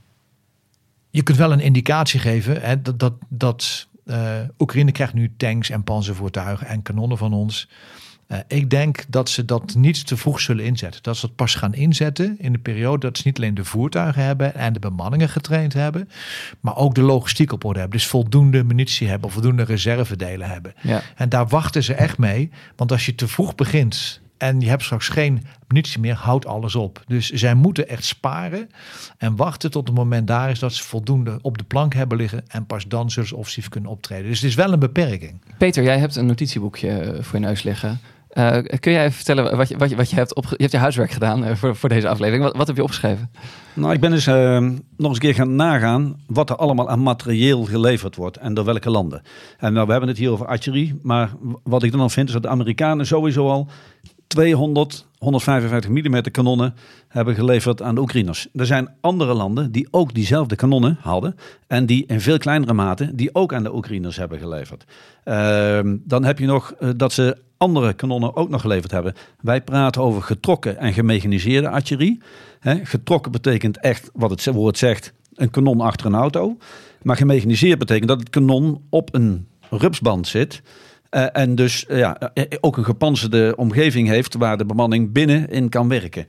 je kunt wel een indicatie geven hè, dat, dat, dat uh, Oekraïne krijgt nu tanks en panzervoertuigen en kanonnen van ons. Uh, ik denk dat ze dat niet te vroeg zullen inzetten. Dat ze dat pas gaan inzetten in de periode dat ze niet alleen de voertuigen hebben en de bemanningen getraind hebben, maar ook de logistiek op orde hebben. Dus voldoende munitie hebben of voldoende reservedelen hebben.
Ja.
En daar wachten ze echt mee. Want als je te vroeg begint en je hebt straks geen munitie meer, houdt alles op. Dus zij moeten echt sparen en wachten tot het moment daar is dat ze voldoende op de plank hebben liggen en pas dan zullen ze offensief kunnen optreden. Dus het is wel een beperking.
Peter, jij hebt een notitieboekje voor je neus liggen. Uh, kun jij even vertellen wat je, wat je, wat je hebt opge- Je hebt je huiswerk gedaan uh, voor, voor deze aflevering. Wat, wat heb je opgeschreven?
Nou, ik ben dus uh, nog eens een keer gaan nagaan wat er allemaal aan materieel geleverd wordt en door welke landen. En nou, we hebben het hier over artillerie, maar wat ik dan al vind is dat de Amerikanen sowieso al tweehonderd, honderdvijfenvijftig millimeter kanonnen hebben geleverd aan de Oekraïners. Er zijn andere landen die ook diezelfde kanonnen hadden en die in veel kleinere mate die ook aan de Oekraïners hebben geleverd. Uh, dan heb je nog uh, dat ze andere kanonnen ook nog geleverd hebben. Wij praten over getrokken en gemechaniseerde artillerie. He, getrokken betekent echt, wat het woord zegt, een kanon achter een auto. Maar gemechaniseerd betekent dat het kanon op een rupsband zit. Uh, en dus uh, ja, ook een gepantserde omgeving heeft waar de bemanning binnenin kan werken.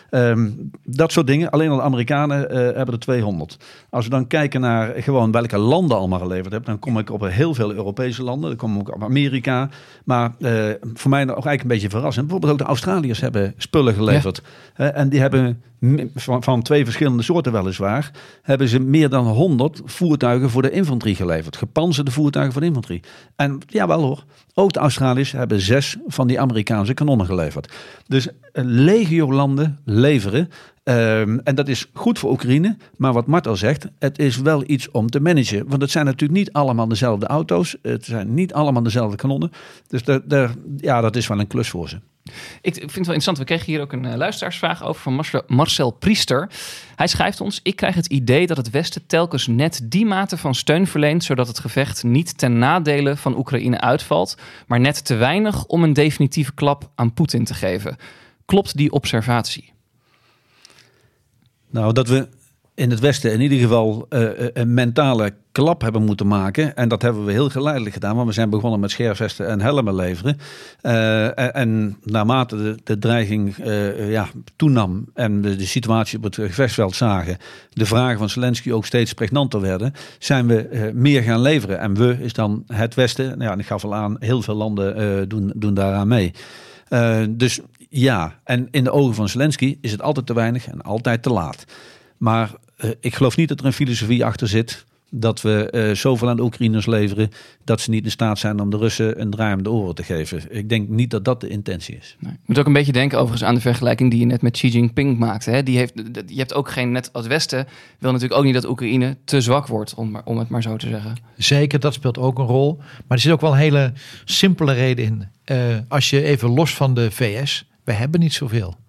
Um, dat soort dingen. Alleen al de Amerikanen uh, hebben er tweehonderd. Als we dan kijken naar gewoon welke landen allemaal geleverd hebben, dan kom ik op heel veel Europese landen. Dan kom ik op Amerika. Maar uh, voor mij nog eigenlijk een beetje verrassend. Bijvoorbeeld ook de Australiërs hebben spullen geleverd. Ja. Uh, en die hebben van, van twee verschillende soorten weliswaar, hebben ze meer dan honderd voertuigen voor de infanterie geleverd. Gepantserde voertuigen voor de infanterie. En jawel hoor, ook de Australiërs hebben zes van die Amerikaanse kanonnen geleverd. Dus een legio landen leveren. Um, en dat is goed voor Oekraïne. Maar wat Mart al zegt, het is wel iets om te managen. Want het zijn natuurlijk niet allemaal dezelfde auto's. Het zijn niet allemaal dezelfde kanonnen. Dus de, de, ja, dat is wel een klus voor ze.
Ik vind het wel interessant. We kregen hier ook een uh, luisteraarsvraag over van Marcel, Marcel Priester. Hij schrijft ons: ik krijg het idee dat het Westen telkens net die mate van steun verleent, zodat het gevecht niet ten nadele van Oekraïne uitvalt, maar net te weinig om een definitieve klap aan Poetin te geven. Klopt die observatie?
Nou, dat we in het Westen in ieder geval uh, een mentale klap hebben moeten maken. En dat hebben we heel geleidelijk gedaan. Want we zijn begonnen met scherfvesten en helmen leveren. Uh, en, en naarmate de, de dreiging uh, ja, toenam en de, de situatie op het gevechtsveld zagen, de vragen van Zelensky ook steeds pregnanter werden, zijn we uh, meer gaan leveren. En we is dan het Westen. Nou ja, en ik gaf al aan, heel veel landen uh, doen, doen daaraan mee. Uh, dus ja, en in de ogen van Zelensky is het altijd te weinig en altijd te laat. Maar uh, ik geloof niet dat er een filosofie achter zit dat we uh, zoveel aan de Oekraïners leveren dat ze niet in staat zijn om de Russen een draai om de oren te geven. Ik denk niet dat dat de intentie is.
Nee. Je moet ook een beetje denken overigens aan de vergelijking die je net met Xi Jinping maakte. Hè? Die heeft, je hebt ook geen, net als Westen, wil natuurlijk ook niet dat Oekraïne te zwak wordt, om, om het maar zo te zeggen.
Zeker, dat speelt ook een rol. Maar er zit ook wel een hele simpele reden in. Uh, als je even los van de V S, we hebben niet zoveel.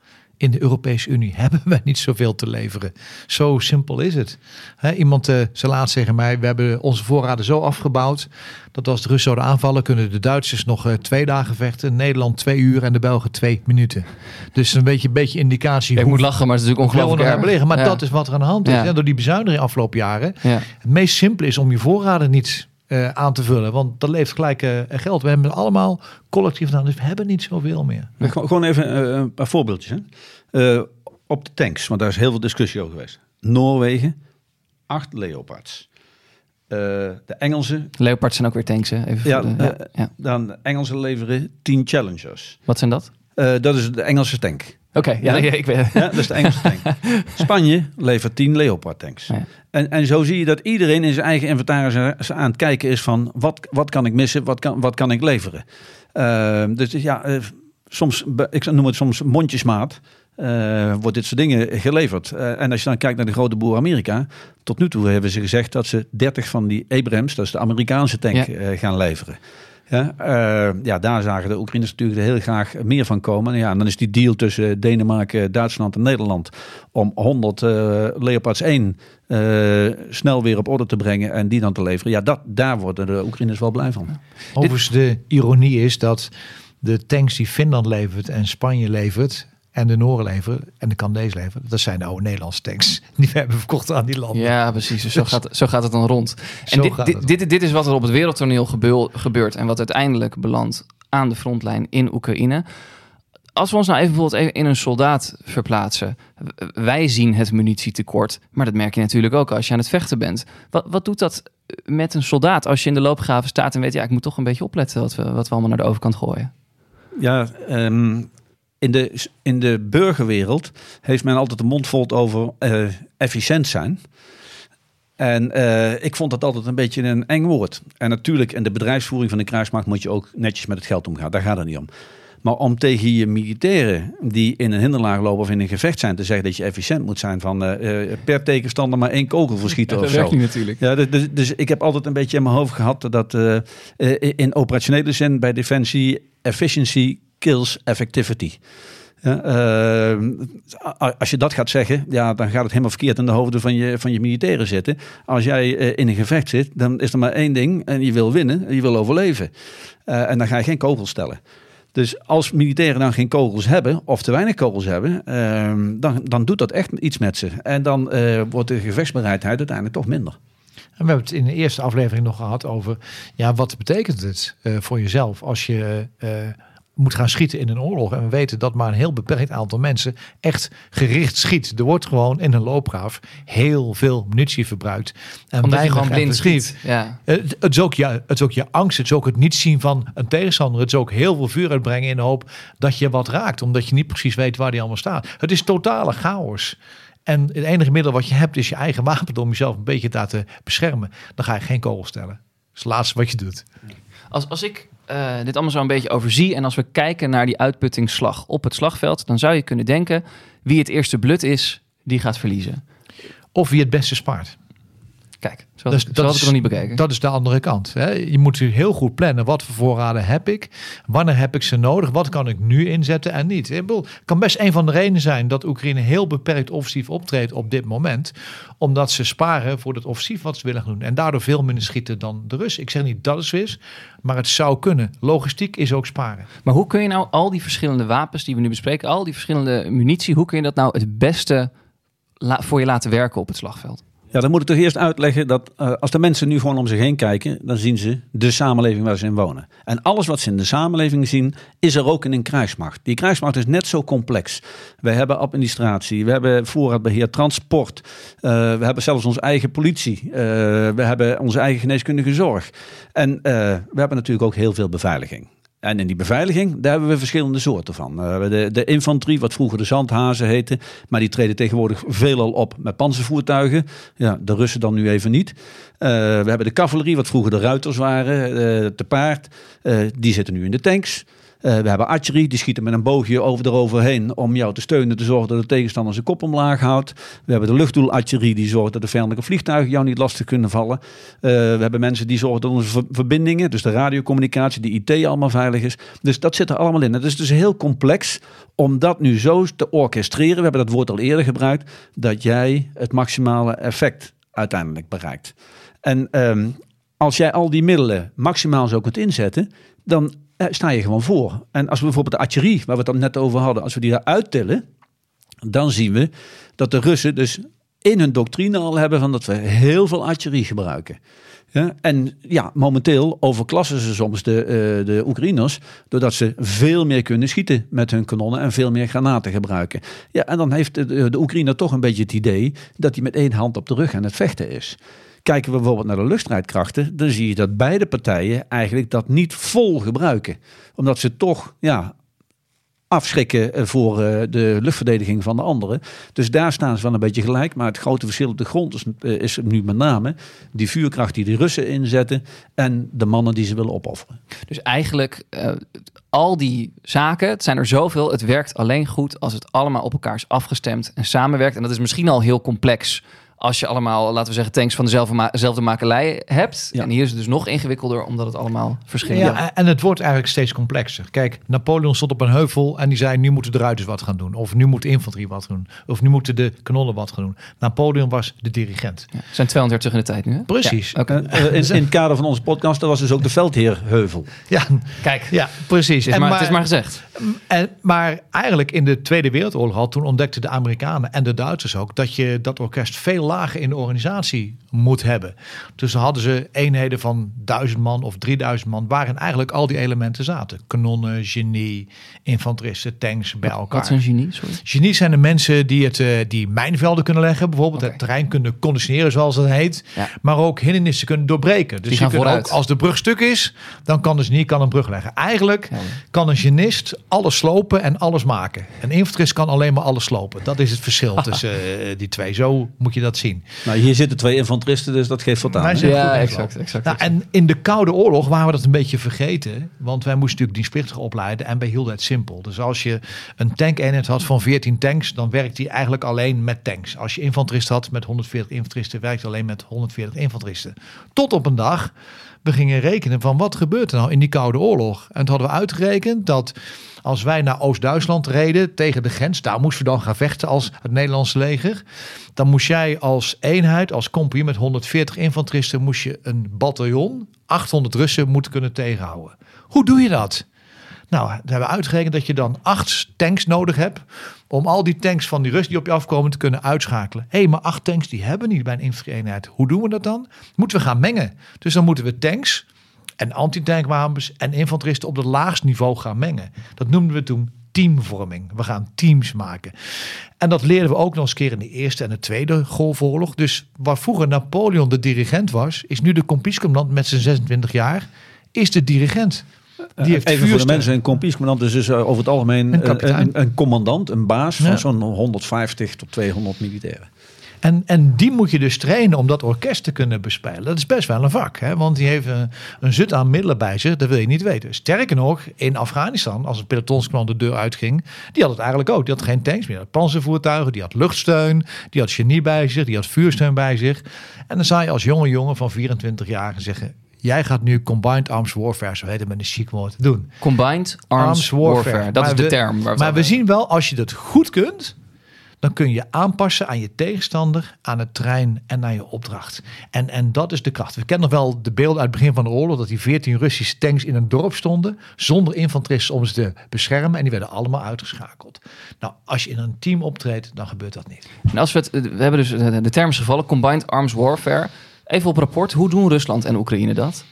in de Europese Unie hebben we niet zoveel te leveren. Zo simpel is het. He, iemand uh, zei laatst tegen mij, we hebben onze voorraden zo afgebouwd dat als de Russen zouden aanvallen, kunnen de Duitsers nog uh, twee dagen vechten, Nederland twee uur en de Belgen twee minuten. Dus een beetje, een beetje indicatie.
Ik
hoe,
moet lachen, maar het is natuurlijk ongelooflijk erg.
Maar
ja.
dat is wat er aan de hand is.
Ja.
Ja, door die bezuiniging afgelopen jaren.
Ja.
Het meest simpele is om je voorraden niet uh, aan te vullen. Want dat levert gelijk uh, geld. We hebben het allemaal collectief gedaan, dus we hebben niet zoveel meer.
Ja. Gewoon even uh, een paar voorbeeldjes. Hè? Uh, op de tanks, want daar is heel veel discussie over geweest. Noorwegen, acht Leopards. Uh, de Engelsen...
Leopards zijn ook weer tanks, hè? Even
ja,
voor de,
uh,
ja, ja.
Dan de Engelsen leveren tien Challengers.
Wat zijn dat?
Uh, dat is de Engelse tank.
Oké, okay, ja, ja, ik weet
ja, dat is de Engelse tank. Spanje levert tien Leopard tanks. Ja. En, en zo zie je dat iedereen in zijn eigen inventaris aan het kijken is van wat, wat kan ik missen, wat kan, wat kan ik leveren. Uh, dus ja, uh, soms, ik noem het soms mondjesmaat. Uh, wordt dit soort dingen geleverd. Uh, en als je dan kijkt naar de grote boer Amerika, tot nu toe hebben ze gezegd dat ze dertig van die Abrams, dat is de Amerikaanse tank, ja. uh, gaan leveren. Ja, uh, ja, daar zagen de Oekraïners natuurlijk heel graag meer van komen. Ja, en dan is die deal tussen Denemarken, Duitsland en Nederland om honderd uh, Leopards één uh, snel weer op orde te brengen en die dan te leveren. Ja, dat, daar worden de Oekraïners wel blij van.
Overigens, de ironie is dat de tanks die Finland levert en Spanje levert en de Noren leveren en de Canadezen leveren, dat zijn de oude Nederlandse tanks die we hebben verkocht aan die landen.
Ja, precies. Dus zo, gaat, zo gaat het dan rond. En dit, dit, dit, dit is wat er op het wereldtoneel gebeul, gebeurt en wat uiteindelijk belandt aan de frontlijn in Oekraïne. Als we ons nou even bijvoorbeeld even in een soldaat verplaatsen. Wij zien het munitietekort, maar dat merk je natuurlijk ook als je aan het vechten bent. Wat, wat doet dat met een soldaat als je in de loopgraven staat en weet, ja, ik moet toch een beetje opletten wat we, wat we allemaal naar de overkant gooien?
Ja, um... In de, in de burgerwereld heeft men altijd de mond vol over uh, efficiënt zijn. En uh, ik vond dat altijd een beetje een eng woord. En natuurlijk in de bedrijfsvoering van de krijgsmacht moet je ook netjes met het geld omgaan. Daar gaat het niet om. Maar om tegen je militairen die in een hinderlaag lopen of in een gevecht zijn te zeggen dat je efficiënt moet zijn van uh, per tegenstander maar één kogel verschieten
ja,
of
zo. Dat
zo.
werkt niet natuurlijk.
Ja, dus, dus ik heb altijd een beetje in mijn hoofd gehad dat uh, in operationele zin bij Defensie efficiency kills effectivity. Ja, uh, als je dat gaat zeggen, ja, dan gaat het helemaal verkeerd in de hoofden van je, van je militairen zitten. Als jij uh, in een gevecht zit, dan is er maar één ding en je wil winnen, en je wil overleven. Uh, en dan ga je geen kogels stellen. Dus als militairen dan geen kogels hebben, of te weinig kogels hebben, uh, dan, dan doet dat echt iets met ze. En dan uh, wordt de gevechtsbereidheid uiteindelijk toch minder.
En we hebben het in de eerste aflevering nog gehad over, ja, wat betekent het uh, voor jezelf als je Uh, moet gaan schieten in een oorlog. En we weten dat maar een heel beperkt aantal mensen echt gericht schiet. Er wordt gewoon in een loopgraaf heel veel munitie verbruikt. En
omdat je gewoon blind schiet. Ja.
Het, het, is ook je, het is ook je angst. Het is ook het niet zien van een tegenstander. Het is ook heel veel vuur uitbrengen in de hoop dat je wat raakt. Omdat je niet precies weet waar die allemaal staat. Het is totale chaos. En het enige middel wat je hebt is je eigen wapen om jezelf een beetje te laten beschermen. Dan ga je geen kogel stellen. Dat is het laatste wat je doet.
Als, als ik uh, dit allemaal zo een beetje overzie en als we kijken naar die uitputtingsslag op het slagveld, dan zou je kunnen denken, wie het eerste blut is, die gaat verliezen.
Of wie het beste spaart.
Kijk, zo had, ik, zo had ik het nog niet bekeken.
Dat is de andere kant. Hè. Je moet heel goed plannen. Wat voor voorraden heb ik? Wanneer heb ik ze nodig? Wat kan ik nu inzetten en niet? Het kan best een van de redenen zijn dat Oekraïne heel beperkt offensief optreedt op dit moment. Omdat ze sparen voor het offensief wat ze willen doen. En daardoor veel minder schieten dan de Russen. Ik zeg niet dat het zo is, maar het zou kunnen. Logistiek is ook sparen.
Maar hoe kun je nou al die verschillende wapens die we nu bespreken, al die verschillende munitie, hoe kun je dat nou het beste la- voor je laten werken op het slagveld?
Ja, dan moet ik toch eerst uitleggen dat uh, als de mensen nu gewoon om zich heen kijken, dan zien ze de samenleving waar ze in wonen. En alles wat ze in de samenleving zien, is er ook in een krijgsmacht. Die krijgsmacht is net zo complex. We hebben administratie, we hebben voorraadbeheer, transport. Uh, we hebben zelfs onze eigen politie. Uh, we hebben onze eigen geneeskundige zorg. En uh, we hebben natuurlijk ook heel veel beveiliging. En in die beveiliging, daar hebben we verschillende soorten van. Uh, de, de infanterie, wat vroeger de zandhazen heette, maar die treden tegenwoordig veelal op met panzervoertuigen. Ja, de Russen dan nu even niet. Uh, we hebben de cavalerie, wat vroeger de ruiters waren, uh, te paard. Uh, die zitten nu in de tanks. Uh, we hebben archery, die schieten met een boogje over eroverheen om jou te steunen, te zorgen dat de tegenstander zijn kop omlaag houdt. We hebben de luchtdoelarcherie, die zorgt dat de vijandelijke vliegtuigen jou niet lastig kunnen vallen. Uh, we hebben mensen die zorgen dat onze ver- verbindingen, dus de radiocommunicatie, de I T allemaal veilig is. Dus dat zit er allemaal in. Het is dus heel complex om dat nu zo te orchestreren. We hebben dat woord al eerder gebruikt, dat jij het maximale effect uiteindelijk bereikt. En um, als jij al die middelen maximaal zo kunt inzetten, dan uh, sta je gewoon voor. En als we bijvoorbeeld de archerie, waar we het dan net over hadden, als we die eruit tillen, dan zien we dat de Russen dus in hun doctrine al hebben van dat we heel veel archerie gebruiken. Ja, en ja, momenteel overklassen ze soms de, uh, de Oekraïners doordat ze veel meer kunnen schieten met hun kanonnen en veel meer granaten gebruiken. Ja, en dan heeft de, de Oekraïner toch een beetje het idee dat hij met één hand op de rug aan het vechten is. Kijken we bijvoorbeeld naar de luchtstrijdkrachten, dan zie je dat beide partijen eigenlijk dat niet vol gebruiken. Omdat ze toch ja, afschrikken voor uh, de luchtverdediging van de anderen. Dus daar staan ze wel een beetje gelijk. Maar het grote verschil op de grond is, uh, is nu met name die vuurkracht die de Russen inzetten en de mannen die ze willen opofferen.
Dus eigenlijk uh, al die zaken, het zijn er zoveel, het werkt alleen goed als het allemaal op elkaar is afgestemd en samenwerkt. En dat is misschien al heel complex als je allemaal, laten we zeggen, tanks van dezelfde, ma- dezelfde makelij hebt. Ja. En hier is het dus nog ingewikkelder, omdat het allemaal verschillend is.
Ja, en het wordt eigenlijk steeds complexer. Kijk, Napoleon stond op een heuvel en die zei, nu moeten de ruiters wat gaan doen. Of nu moet de infanterie wat doen. Of nu moeten de kanonnen wat gaan doen. Napoleon was de dirigent.
Ja, zijn tweehonderd terug in de tijd nu, hè?
Precies.
Ja, okay.
uh, in, in het kader van onze podcast, dat was dus ook de veldheerheuvel.
Ja,
kijk.
Ja, precies.
Het is,
en
maar,
maar,
het is maar gezegd.
En, maar eigenlijk in de Tweede Wereldoorlog al, toen ontdekten de Amerikanen en de Duitsers ook dat je dat orkest veel lager in de organisatie moet hebben. Dus dan hadden ze eenheden van duizend man of drieduizend man, waarin eigenlijk al die elementen zaten. Kanonnen, genie, infanteristen, tanks bij elkaar.
Wat zijn genie? Sorry.
Genie zijn de mensen die, het, die mijnvelden kunnen leggen, bijvoorbeeld okay. het terrein kunnen conditioneren, zoals dat heet. Ja. Maar ook hindernissen kunnen doorbreken. Dus je kunt ook, als de brug stuk is, dan kan de genie kan een brug leggen. Eigenlijk ja. kan een genist alles slopen en alles maken. Een infanterist kan alleen maar alles slopen. Dat is het verschil tussen uh, die twee. Zo moet je dat zien.
Nou, hier zitten twee infanteristen, dus dat geeft wat aan.
Ja, exact. exact,
nou,
exact.
En in de Koude Oorlog waren we dat een beetje vergeten. Want wij moesten natuurlijk dienstplichtig opleiden. En wij hielden het simpel. Dus als je een tankeenheid had van veertien tanks, dan werkt die eigenlijk alleen met tanks. Als je infanterist had met honderdveertig infanteristen, werkt hij alleen met honderdveertig infanteristen. Tot op een dag we gingen rekenen van wat gebeurt er nou in die Koude Oorlog. En toen hadden we uitgerekend dat als wij naar Oost-Duitsland reden tegen de grens, daar moesten we dan gaan vechten als het Nederlandse leger. Dan moest jij als eenheid, als compagnie met honderdveertig infanteristen, moest je een bataljon, achthonderd Russen moeten kunnen tegenhouden. Hoe doe je dat? Nou, dan hebben we uitgerekend dat je dan acht tanks nodig hebt om al die tanks van die Russen die op je afkomen te kunnen uitschakelen. Hé, hey, maar acht tanks die hebben we niet bij een infanterie-eenheid. Hoe doen we dat dan? Moeten we gaan mengen. Dus dan moeten we tanks en antitankwapens en infanteristen op het laagste niveau gaan mengen. Dat noemden we toen teamvorming. We gaan teams maken. En dat leerden we ook nog eens keer in de Eerste en de Tweede Golfoorlog. Dus waar vroeger Napoleon de dirigent was, is nu de kompiescommandant met zijn zesentwintig jaar, is de dirigent. Die heeft
Even voor de mensen, een kompiescommandant is dus over het algemeen een, een, een, een commandant, een baas van ja. zo'n honderdvijftig tot tweehonderd militairen.
En, en die moet je dus trainen om dat orkest te kunnen bespelen. Dat is best wel een vak. Hè? Want die heeft een, een zut aan middelen bij zich. Dat wil je niet weten. Sterker nog, in Afghanistan, als een pelotonscommandant de deur uitging, die had het eigenlijk ook. Die had geen tanks meer. Die had panzervoertuigen, die had luchtsteun, die had genie bij zich, die had vuursteun bij zich. En dan zou je als jonge jongen van vierentwintig jaar zeggen, jij gaat nu Combined Arms Warfare, zo heet het met een chic woord, doen.
Combined Arms, Arms Warfare. Warfare. Dat maar is de we, term. Waar we
maar we hebben. zien wel, als je dat goed kunt, dan kun je aanpassen aan je tegenstander, aan het terrein en aan je opdracht. En, en dat is de kracht. We kennen nog wel de beelden uit het begin van de oorlog, dat die veertien Russische tanks in een dorp stonden, zonder infanteristen om ze te beschermen, en die werden allemaal uitgeschakeld. Nou, als je in een team optreedt, dan gebeurt dat niet.
En als we het, we hebben dus de term is gevallen, Combined Arms Warfare. Even op rapport, hoe doen Rusland en Oekraïne dat?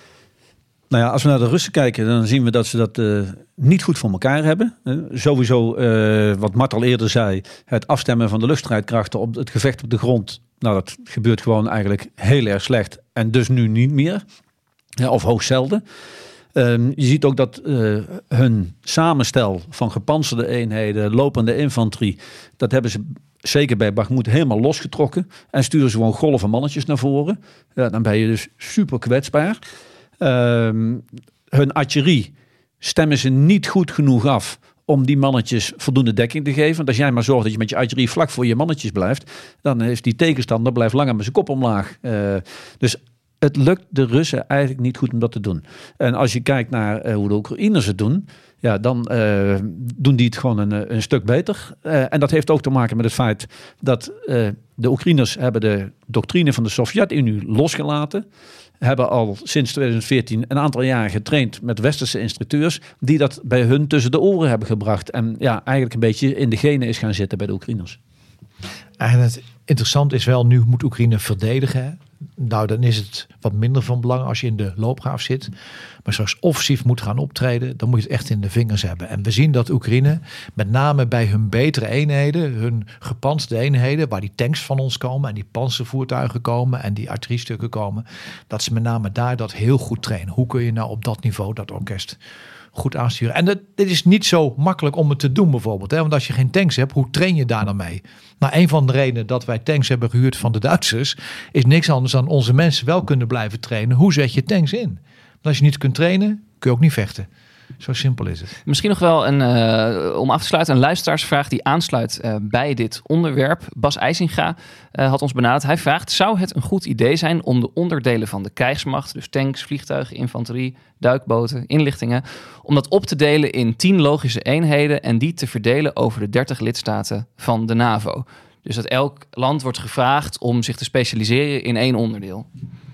Nou ja, als we naar de Russen kijken, dan zien we dat ze dat uh, niet goed voor elkaar hebben. Uh, sowieso, uh, wat Mart al eerder zei, het afstemmen van de luchtstrijdkrachten op het gevecht op de grond. Nou, dat gebeurt gewoon eigenlijk heel erg slecht. En dus nu niet meer. Ja, of hoogst zelden. Uh, je ziet ook dat uh, hun samenstel van gepantserde eenheden, lopende infanterie, dat hebben ze zeker bij Bakhmut helemaal losgetrokken. En sturen ze gewoon golven mannetjes naar voren. Ja, dan ben je dus super kwetsbaar. Um, hun artillerie, stemmen ze niet goed genoeg af om die mannetjes voldoende dekking te geven. Want als jij maar zorgt dat je met je artillerie vlak voor je mannetjes blijft, dan heeft die tegenstander blijft langer met zijn kop omlaag. Uh, dus het lukt de Russen eigenlijk niet goed om dat te doen. En als je kijkt naar uh, hoe de Oekraïners het doen, ja, dan uh, doen die het gewoon een, een stuk beter. Uh, en dat heeft ook te maken met het feit dat uh, de Oekraïners hebben de doctrine van de Sovjet-Unie losgelaten. Hebben al sinds twintig veertien een aantal jaren getraind met westerse instructeurs die dat bij hun tussen de oren hebben gebracht. En ja, eigenlijk een beetje in de genen is gaan zitten bij de Oekraïners.
En het interessant is wel, nu moet Oekraïne verdedigen. Hè? Nou, dan is het wat minder van belang als je in de loopgraaf zit. Maar zoals offensief moet gaan optreden, dan moet je het echt in de vingers hebben. En we zien dat Oekraïne, met name bij hun betere eenheden, hun gepantserde eenheden, waar die tanks van ons komen en die panzervoertuigen komen en die artilleriestukken komen, dat ze met name daar dat heel goed trainen. Hoe kun je nou op dat niveau dat orkest goed aansturen? En dat, dit is niet zo makkelijk om het te doen bijvoorbeeld. Hè? Want als je geen tanks hebt, hoe train je daar dan mee? Nou, een van de redenen dat wij tanks hebben gehuurd van de Duitsers is niks anders dan onze mensen wel kunnen blijven trainen. Hoe zet je tanks in? Want als je niet kunt trainen, kun je ook niet vechten. Zo simpel is het.
Misschien nog wel een, uh, om af te sluiten, een luisteraarsvraag die aansluit uh, bij dit onderwerp. Bas IJsinga uh, had ons benaderd. Hij vraagt, zou het een goed idee zijn om de onderdelen van de krijgsmacht, dus tanks, vliegtuigen, infanterie, duikboten, inlichtingen, om dat op te delen in tien logische eenheden en die te verdelen over de dertig lidstaten van de NAVO? Dus dat elk land wordt gevraagd om zich te specialiseren in één onderdeel.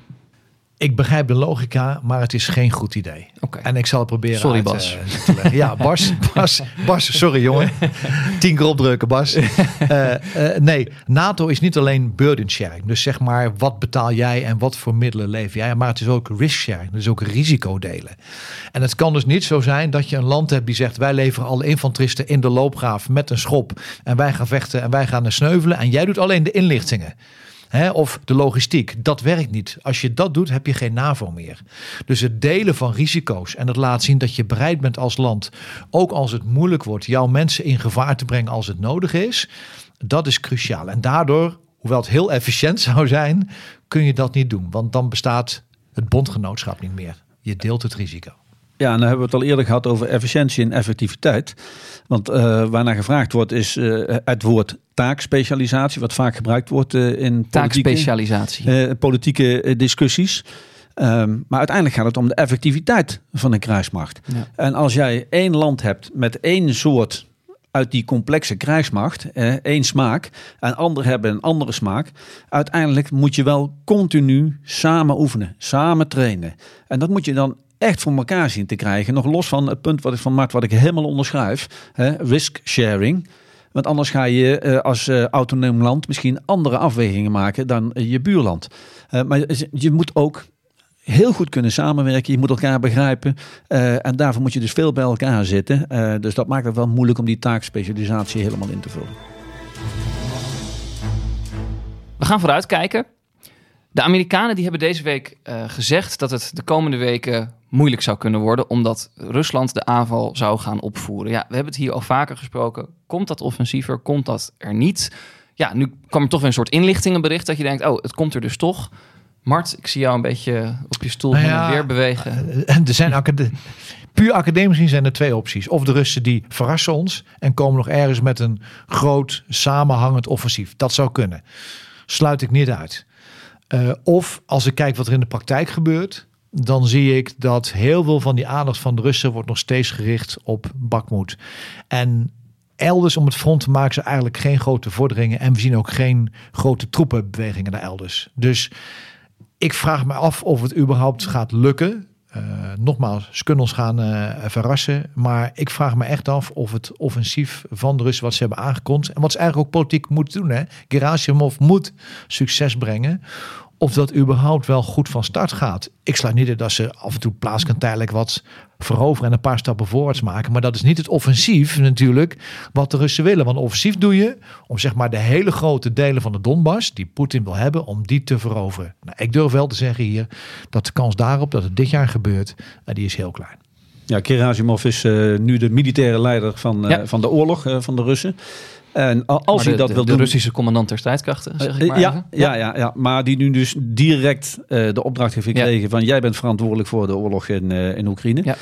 Ik begrijp de logica, maar het is geen goed idee.
Okay.
En ik zal het proberen
sorry,
uit
Bas.
Uh, te leggen. Ja, Bas, Bas, Bas, sorry jongen. Tien keer opdrukken, Bas. Uh, uh, nee, NATO is niet alleen burden sharing. Dus zeg maar, wat betaal jij en wat voor middelen lever jij? Maar het is ook risk sharing, dus ook risico delen. En het kan dus niet zo zijn dat je een land hebt die zegt, wij leveren alle infanteristen in de loopgraaf met een schop. En wij gaan vechten en wij gaan er sneuvelen. En jij doet alleen de inlichtingen. He, of de logistiek, dat werkt niet. Als je dat doet, heb je geen NAVO meer. Dus het delen van risico's en het laat zien dat je bereid bent als land, ook als het moeilijk wordt, jouw mensen in gevaar te brengen als het nodig is, dat is cruciaal. En daardoor, hoewel het heel efficiënt zou zijn, kun je dat niet doen. Want dan bestaat het bondgenootschap niet meer. Je deelt het risico.
Ja, en dan hebben we het al eerder gehad over efficiëntie en effectiviteit. Want uh, waarnaar gevraagd wordt is uh, het woord taakspecialisatie, wat vaak gebruikt wordt uh, in politieke,
taakspecialisatie.
Uh, politieke uh, discussies. Um, maar uiteindelijk gaat het om de effectiviteit van een krijgsmacht. Ja. En als jij één land hebt met één soort uit die complexe krijgsmacht, eh, één smaak, en anderen hebben een andere smaak. Uiteindelijk moet je wel continu samen oefenen, samen trainen. En dat moet je dan echt voor elkaar zien te krijgen. Nog los van het punt wat ik van maak, wat ik helemaal onderschrijf. Hè, risk sharing. Want anders ga je uh, als uh, autonoom land misschien andere afwegingen maken dan uh, je buurland. Uh, maar je moet ook heel goed kunnen samenwerken. Je moet elkaar begrijpen. Uh, en daarvoor moet je dus veel bij elkaar zitten. Uh, dus dat maakt het wel moeilijk om die taakspecialisatie helemaal in te vullen.
We gaan vooruitkijken. De Amerikanen die hebben deze week uh, gezegd dat het de komende weken moeilijk zou kunnen worden, omdat Rusland de aanval zou gaan opvoeren. Ja, we hebben het hier al vaker gesproken. Komt dat offensiever? Komt dat er niet? Ja, nu kwam er toch weer een soort inlichtingenbericht dat je denkt, oh, het komt er dus toch. Mart, ik zie jou een beetje op je stoel nou ja, weer bewegen.
Uh, er zijn acad- puur academisch gezien zijn er twee opties. Of de Russen die verrassen ons en komen nog ergens met een groot samenhangend offensief. Dat zou kunnen. Sluit ik niet uit. Uh, of als ik kijk wat er in de praktijk gebeurt, dan zie ik dat heel veel van die aandacht van de Russen wordt nog steeds gericht op Bakhmut. En elders om het front maken ze eigenlijk geen grote vorderingen. En we zien ook geen grote troepenbewegingen naar elders. Dus ik vraag me af of het überhaupt gaat lukken. Uh, nogmaals, ze kunnen ons gaan uh, verrassen. Maar ik vraag me echt af of het offensief van de Russen wat ze hebben aangekondigd en wat ze eigenlijk ook politiek moeten doen. Hè? Gerasimov moet succes brengen. Of dat überhaupt wel goed van start gaat. Ik sluit niet uit dat ze af en toe plaatselijk tijdelijk wat veroveren en een paar stappen voorwaarts maken. Maar dat is niet het offensief natuurlijk wat de Russen willen. Want offensief doe je om zeg maar de hele grote delen van de Donbass die Poetin wil hebben, om die te veroveren. Nou, ik durf wel te zeggen hier dat de kans daarop dat het dit jaar gebeurt, uh, die is heel klein.
Ja, Gerasimov is uh, nu de militaire leider van, uh, ja. van de oorlog uh, van de Russen. En als
de,
hij dat
de,
wil
de
doen,
Russische commandant der strijdkrachten, zeg ik maar
ja,
even.
Ja, ja, ja, maar die nu dus direct uh, de opdracht heeft gekregen ja. van jij bent verantwoordelijk voor de oorlog in, uh, in Oekraïne. Ja.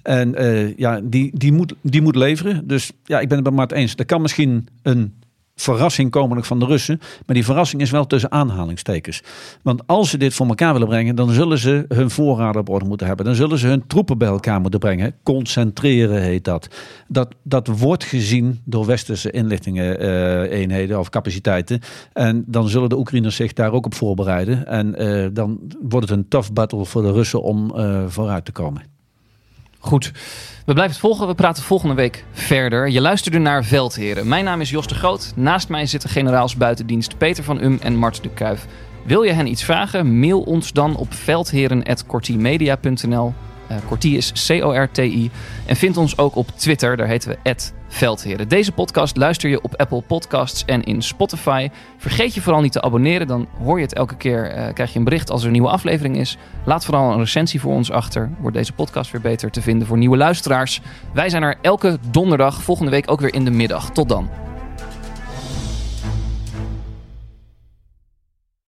En uh, ja, die, die, moet, die moet leveren. Dus ja, ik ben het bij Mart eens. Er kan misschien een verrassing komen van de Russen. Maar die verrassing is wel tussen aanhalingstekens. Want als ze dit voor elkaar willen brengen, dan zullen ze hun voorraden op orde moeten hebben. Dan zullen ze hun troepen bij elkaar moeten brengen. Concentreren heet dat. Dat, dat wordt gezien door westerse inlichtingen uh, eenheden of capaciteiten. En dan zullen de Oekraïners zich daar ook op voorbereiden. En uh, dan wordt het een tough battle voor de Russen om uh, vooruit te komen.
Goed. We blijven het volgen. We praten volgende week verder. Je luisterde naar Veldheren. Mijn naam is Jos de Groot. Naast mij zitten generaals buitendienst Peter van Um en Mart de Kuijf. Wil je hen iets vragen? Mail ons dan op veldheren apenstaartje kortiemedia punt n l. Uh, Kortie is C O R T I. En vind ons ook op Twitter. Daar heten we at Veldheren. Deze podcast luister je op Apple Podcasts en in Spotify. Vergeet je vooral niet te abonneren. Dan hoor je het elke keer. Uh, krijg je een bericht als er een nieuwe aflevering is. Laat vooral een recensie voor ons achter. Wordt deze podcast weer beter te vinden voor nieuwe luisteraars. Wij zijn er elke donderdag. Volgende week ook weer in de middag. Tot dan.